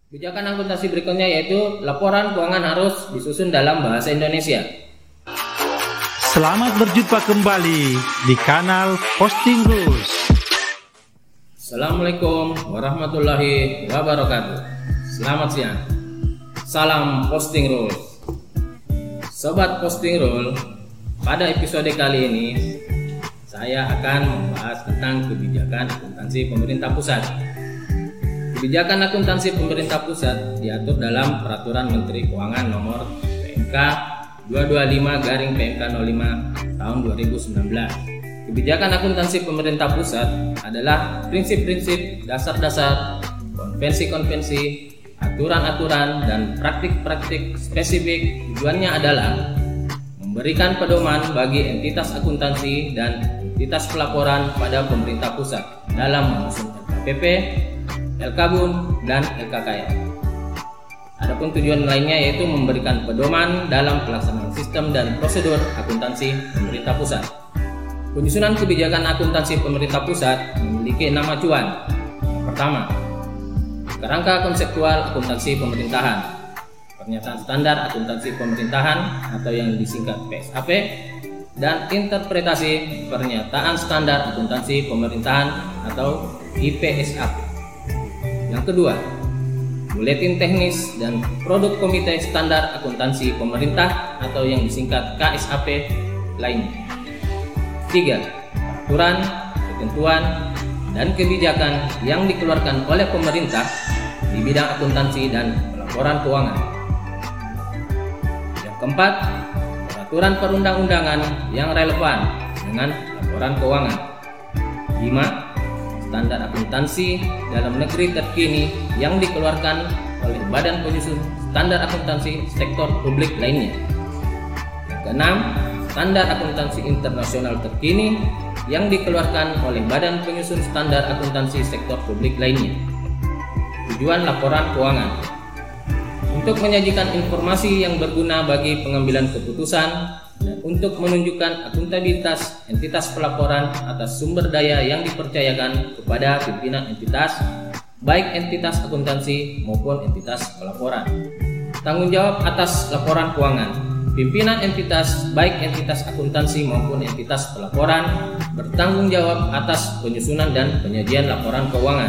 Kebijakan akuntansi berikutnya yaitu laporan keuangan harus disusun dalam bahasa Indonesia. Selamat berjumpa kembali di kanal Posting Rules. Assalamualaikum warahmatullahi wabarakatuh. Selamat siang. Salam Posting Rules. Sobat Posting Rule, pada episode kali ini saya akan membahas tentang kebijakan akuntansi pemerintah pusat. Kebijakan akuntansi pemerintah pusat diatur dalam Peraturan Menteri Keuangan Nomor PMK 225/PMK 05 tahun 2019. Kebijakan akuntansi pemerintah pusat adalah prinsip-prinsip, dasar-dasar, konvensi-konvensi, aturan-aturan, dan praktik-praktik spesifik. Tujuannya adalah memberikan pedoman bagi entitas akuntansi dan entitas pelaporan pada pemerintah pusat dalam menyusun LKPP, LKBUN, dan LKKN. Adapun tujuan lainnya yaitu memberikan pedoman dalam pelaksanaan sistem dan prosedur akuntansi pemerintah pusat. Penyusunan kebijakan akuntansi pemerintah pusat memiliki 6 acuan. Pertama, kerangka konseptual akuntansi pemerintahan, pernyataan standar akuntansi pemerintahan atau yang disingkat PSAP, dan interpretasi pernyataan standar akuntansi pemerintahan atau IPSAP. Yang kedua, buletin teknis dan produk komite standar akuntansi pemerintah atau yang disingkat KSAP lainnya. Tiga, peraturan, ketentuan, dan kebijakan yang dikeluarkan oleh pemerintah di bidang akuntansi dan pelaporan keuangan. Yang keempat, peraturan perundang-undangan yang relevan dengan laporan keuangan. 5. Standar akuntansi dalam negeri terkini yang dikeluarkan oleh Badan Penyusun Standar Akuntansi Sektor Publik lainnya. Yang keenam, standar akuntansi internasional terkini yang dikeluarkan oleh Badan Penyusun Standar Akuntansi Sektor Publik lainnya. Tujuan laporan keuangan untuk menyajikan informasi yang berguna bagi pengambilan keputusan dan untuk menunjukkan akuntabilitas entitas pelaporan atas sumber daya yang dipercayakan kepada pimpinan entitas, baik entitas akuntansi maupun entitas pelaporan. Tanggung jawab atas laporan keuangan. Pimpinan entitas, baik entitas akuntansi maupun entitas pelaporan, bertanggung jawab atas penyusunan dan penyajian laporan keuangan.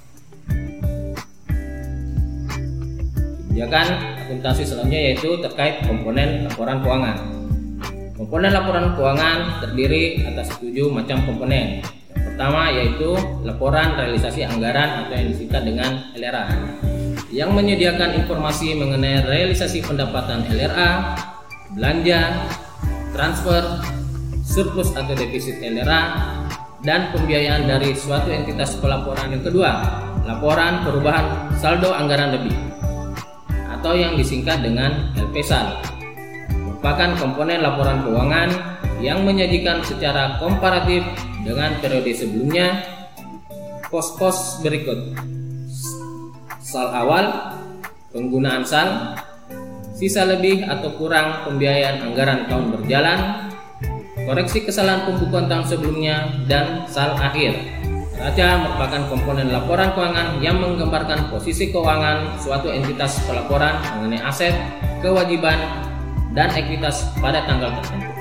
Kebijakan akuntansi selanjutnya yaitu terkait komponen laporan keuangan. Komponen laporan keuangan terdiri atas 7 macam komponen. Yang pertama yaitu laporan realisasi anggaran atau yang disingkat dengan LRA, yang menyediakan informasi mengenai realisasi pendapatan LRA, belanja, transfer, surplus atau defisit LRA, dan pembiayaan dari suatu entitas pelaporan. Yang kedua, laporan perubahan saldo anggaran lebih atau yang disingkat dengan LPSAL, merupakan komponen laporan keuangan yang menyajikan secara komparatif dengan periode sebelumnya pos-pos berikut: sal awal, penggunaan sal, sisa lebih atau kurang pembiayaan anggaran tahun berjalan, koreksi kesalahan pembukuan tahun sebelumnya, dan sal akhir. Neraca merupakan komponen laporan keuangan yang menggambarkan posisi keuangan suatu entitas pelaporan mengenai aset, kewajiban, dan ekuitas pada tanggal tertentu.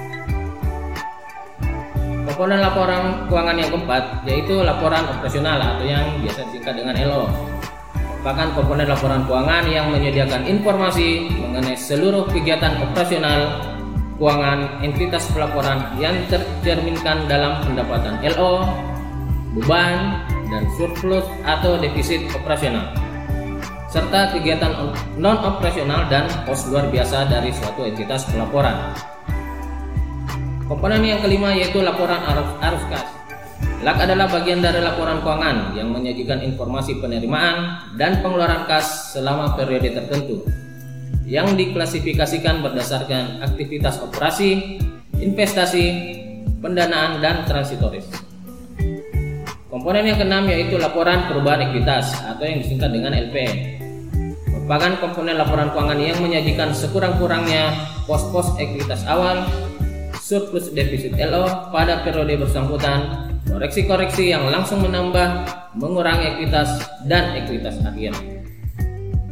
Komponen laporan keuangan yang keempat yaitu laporan operasional atau yang biasa disingkat dengan LO. Merupakan komponen laporan keuangan yang menyediakan informasi mengenai seluruh kegiatan operasional keuangan entitas pelaporan yang tercerminkan dalam pendapatan LO, beban, dan surplus atau defisit operasional, serta kegiatan non-operasional dan pos luar biasa dari suatu entitas pelaporan. Komponen yang kelima yaitu laporan arus kas. LAK adalah bagian dari laporan keuangan yang menyajikan informasi penerimaan dan pengeluaran kas selama periode tertentu, yang diklasifikasikan berdasarkan aktivitas operasi, investasi, pendanaan, dan transitoris. Komponen yang keenam yaitu laporan perubahan ekuitas atau yang disingkat dengan LPE. Merupakan komponen laporan keuangan yang menyajikan sekurang-kurangnya pos-pos ekuitas awal, surplus defisit LO pada periode bersangkutan, koreksi-koreksi yang langsung menambah, mengurangi ekuitas, dan ekuitas akhir.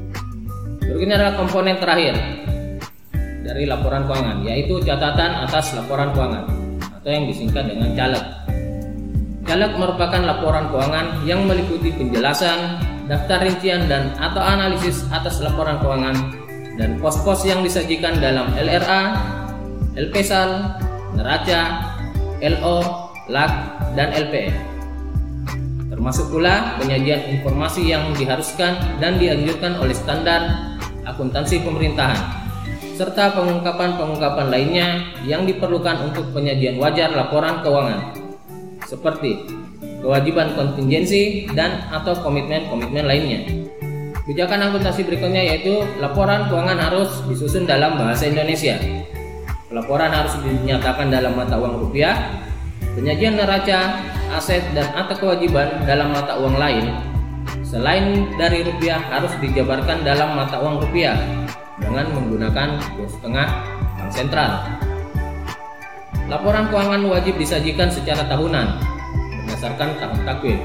Berikutnya adalah komponen terakhir dari laporan keuangan, yaitu catatan atas laporan keuangan atau yang disingkat dengan caleg. Caleg merupakan laporan keuangan yang meliputi penjelasan, daftar rincian dan atau analisis atas laporan keuangan dan pos-pos yang disajikan dalam LRA, LPSAL, neraca, LO, LAK, dan LPE. Termasuk pula penyajian informasi yang diharuskan dan dianjurkan oleh standar akuntansi pemerintahan, serta pengungkapan-pengungkapan lainnya yang diperlukan untuk penyajian wajar laporan keuangan, seperti kewajiban kontingensi dan atau komitmen-komitmen lainnya. Pijakan akuntansi berikutnya yaitu laporan keuangan harus disusun dalam bahasa Indonesia. Laporan harus dinyatakan dalam mata uang rupiah. Penyajian neraca, aset, dan atau kewajiban dalam mata uang lain selain dari rupiah harus dijabarkan dalam mata uang rupiah dengan menggunakan kurs tengah bank sentral. Laporan keuangan wajib disajikan secara tahunan berdasarkan tahun takwil.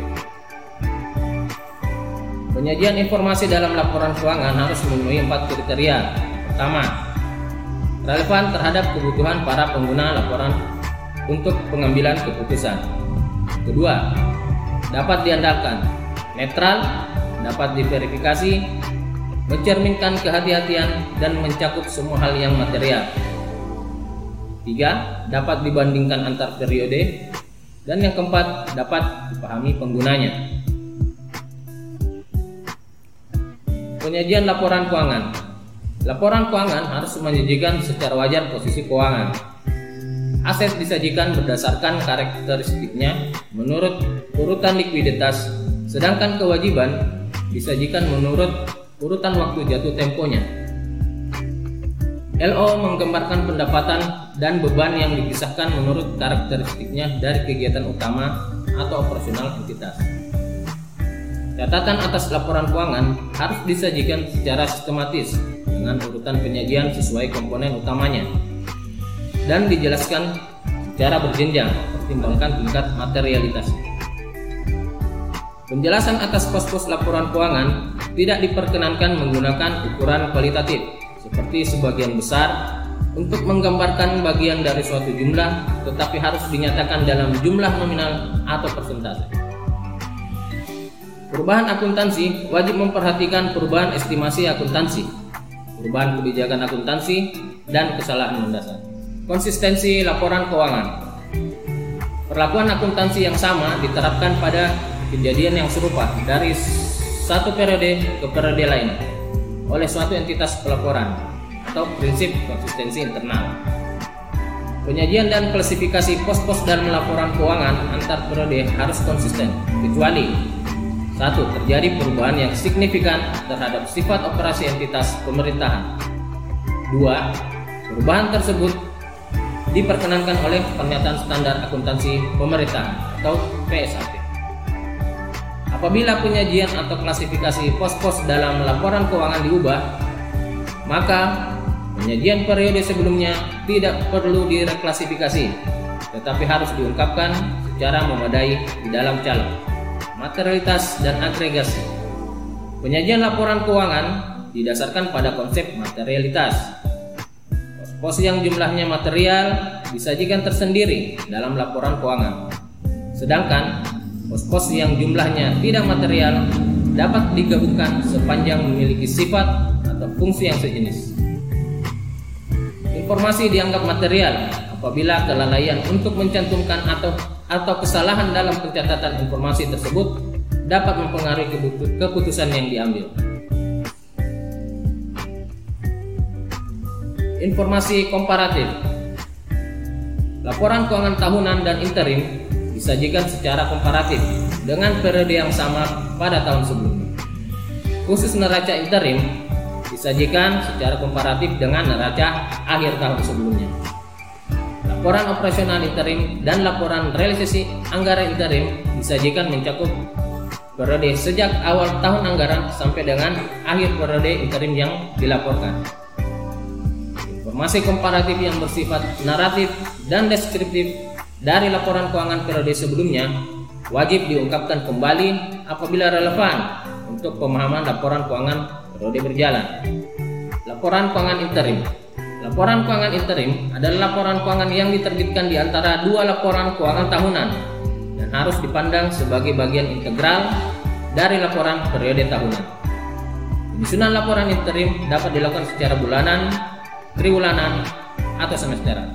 Penyajian informasi dalam laporan keuangan harus memenuhi 4 kriteria. Pertama, relevan terhadap kebutuhan para pengguna laporan untuk pengambilan keputusan. Kedua, dapat diandalkan, netral, dapat diverifikasi, mencerminkan kehati-hatian dan mencakup semua hal yang material. 3. Dapat dibandingkan antar periode. Dan yang keempat, dapat dipahami penggunanya. Penyajian laporan keuangan. Laporan keuangan harus menyajikan secara wajar posisi keuangan. Aset disajikan berdasarkan karakteristiknya menurut urutan likuiditas, sedangkan kewajiban disajikan menurut urutan waktu jatuh temponya. LO menggambarkan pendapatan dan beban yang dipisahkan menurut karakteristiknya dari kegiatan utama atau operasional entitas. Catatan atas laporan keuangan harus disajikan secara sistematis dengan urutan penyajian sesuai komponen utamanya dan dijelaskan secara berjenjang pertimbangkan tingkat materialitas. Penjelasan atas pos-pos laporan keuangan tidak diperkenankan menggunakan ukuran kualitatif seperti sebagian besar untuk menggambarkan bagian dari suatu jumlah, tetapi harus dinyatakan dalam jumlah nominal atau persentase. Perubahan akuntansi wajib memperhatikan perubahan estimasi akuntansi, perubahan kebijakan akuntansi, dan kesalahan mendasar. Konsistensi laporan keuangan. Perlakuan akuntansi yang sama diterapkan pada kejadian yang serupa dari satu periode ke periode lain oleh suatu entitas pelaporan atau prinsip konsistensi internal. Penyajian dan klasifikasi pos-pos dalam laporan keuangan antar periode harus konsisten, kecuali 1. Terjadi perubahan yang signifikan terhadap sifat operasi entitas pemerintahan. 2. Perubahan tersebut diperkenankan oleh pernyataan standar akuntansi pemerintahan atau PSAP. Apabila penyajian atau klasifikasi pos-pos dalam laporan keuangan diubah, maka penyajian periode sebelumnya tidak perlu direklasifikasi, tetapi harus diungkapkan secara memadai di dalam calon, materialitas, dan agregasi. Penyajian laporan keuangan didasarkan pada konsep materialitas. Pos yang jumlahnya material disajikan tersendiri dalam laporan keuangan, sedangkan pos-pos yang jumlahnya tidak material dapat digabungkan sepanjang memiliki sifat atau fungsi yang sejenis. Informasi dianggap material apabila kelalaian untuk mencantumkan atau kesalahan dalam pencatatan informasi tersebut dapat mempengaruhi keputusan yang diambil. Informasi komparatif. Laporan keuangan tahunan dan interim disajikan secara komparatif dengan periode yang sama pada tahun sebelumnya. Khusus neraca interim disajikan secara komparatif dengan neraca akhir tahun sebelumnya. Laporan operasional interim dan laporan realisasi anggaran interim disajikan mencakup periode sejak awal tahun anggaran sampai dengan akhir periode interim yang dilaporkan. Informasi komparatif yang bersifat naratif dan deskriptif dari laporan keuangan periode sebelumnya wajib diungkapkan kembali apabila relevan untuk pemahaman laporan keuangan periode berjalan. Laporan keuangan interim. Laporan keuangan interim adalah laporan keuangan yang diterbitkan di antara dua laporan keuangan tahunan dan harus dipandang sebagai bagian integral dari laporan periode tahunan. Penyusunan laporan interim dapat dilakukan secara bulanan, triwulanan, atau semesteran.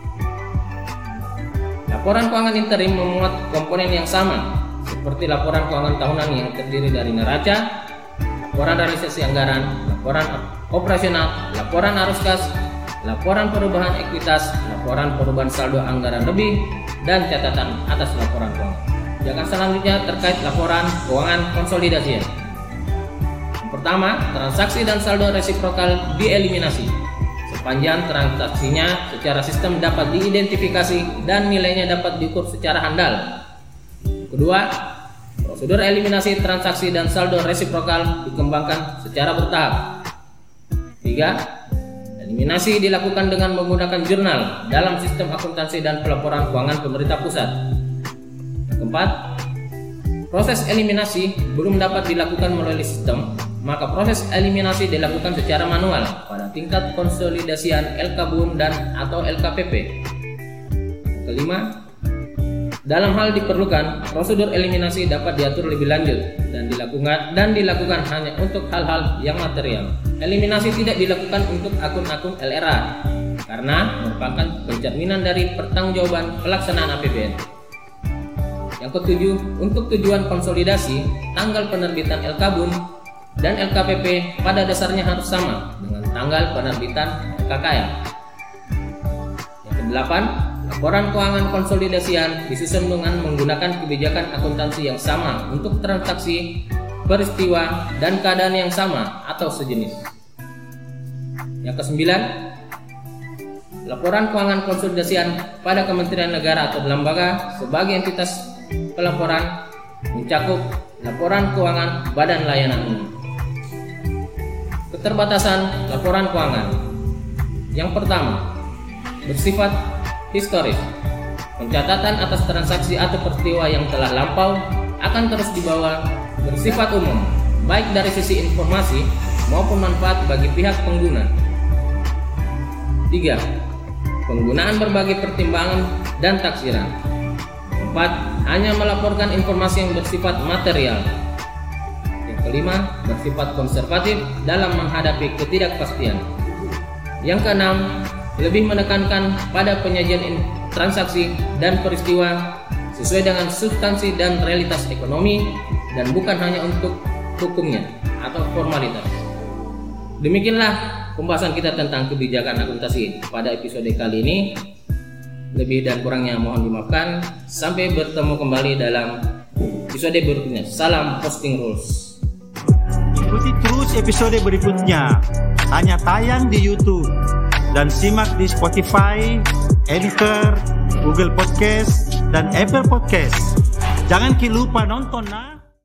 Laporan keuangan interim memuat komponen yang sama seperti laporan keuangan tahunan yang terdiri dari neraca, laporan realisasi anggaran, laporan operasional, laporan arus kas, laporan perubahan ekuitas, laporan perubahan saldo anggaran lebih, dan catatan atas laporan keuangan. Jangan selanjutnya terkait laporan keuangan konsolidasi. Yang pertama, transaksi dan saldo resiprokal dieliminasi. Sepanjang transaksinya secara sistem dapat diidentifikasi dan nilainya dapat diukur secara handal. Kedua, prosedur eliminasi transaksi dan saldo resiprokal dikembangkan secara bertahap. 3. Eliminasi dilakukan dengan menggunakan jurnal dalam sistem akuntansi dan pelaporan keuangan pemerintah pusat. Keempat, proses eliminasi belum dapat dilakukan melalui sistem, maka proses eliminasi dilakukan secara manual pada tingkat konsolidasian LK-BUN dan atau LKPP. Kelima, dalam hal diperlukan, prosedur eliminasi dapat diatur lebih lanjut dan dilakukan hanya untuk hal-hal yang material. Eliminasi tidak dilakukan untuk akun-akun LRA karena merupakan pencerminan dari pertanggungjawaban pelaksanaan APBN. Yang ketujuh, untuk tujuan konsolidasi, tanggal penerbitan LK-BUN dan LKPP pada dasarnya harus sama dengan tanggal penerbitan LKKM. Yang kedelapan, laporan keuangan konsolidasian disusun dengan menggunakan kebijakan akuntansi yang sama untuk transaksi, peristiwa, dan keadaan yang sama atau sejenis. Yang kesembilan, laporan keuangan konsolidasian pada Kementerian Negara atau lembaga sebagai entitas pelaporan mencakup laporan keuangan badan layanan umum. Keterbatasan laporan keuangan. Yang pertama, bersifat historis. Pencatatan atas transaksi atau peristiwa yang telah lampau akan terus dibawa, bersifat umum, baik dari sisi informasi maupun manfaat bagi pihak pengguna. 3. Penggunaan berbagai pertimbangan dan taksiran. 4. Hanya melaporkan informasi yang bersifat material. Yang kelima, bersifat konservatif dalam menghadapi ketidakpastian. Yang keenam, lebih menekankan pada penyajian transaksi dan peristiwa sesuai dengan substansi dan realitas ekonomi dan bukan hanya untuk hukumnya atau formalitas. Demikianlah pembahasan kita tentang kebijakan akuntansi pada episode kali ini. Lebih dan kurangnya mohon dimaafkan. Sampai bertemu kembali dalam episode berikutnya. Salam Posting Rules. Ikuti terus episode berikutnya. Hanya tayang di YouTube dan simak di Spotify, Anchor, Google Podcast, dan Apple Podcast. Jangan lupa nonton.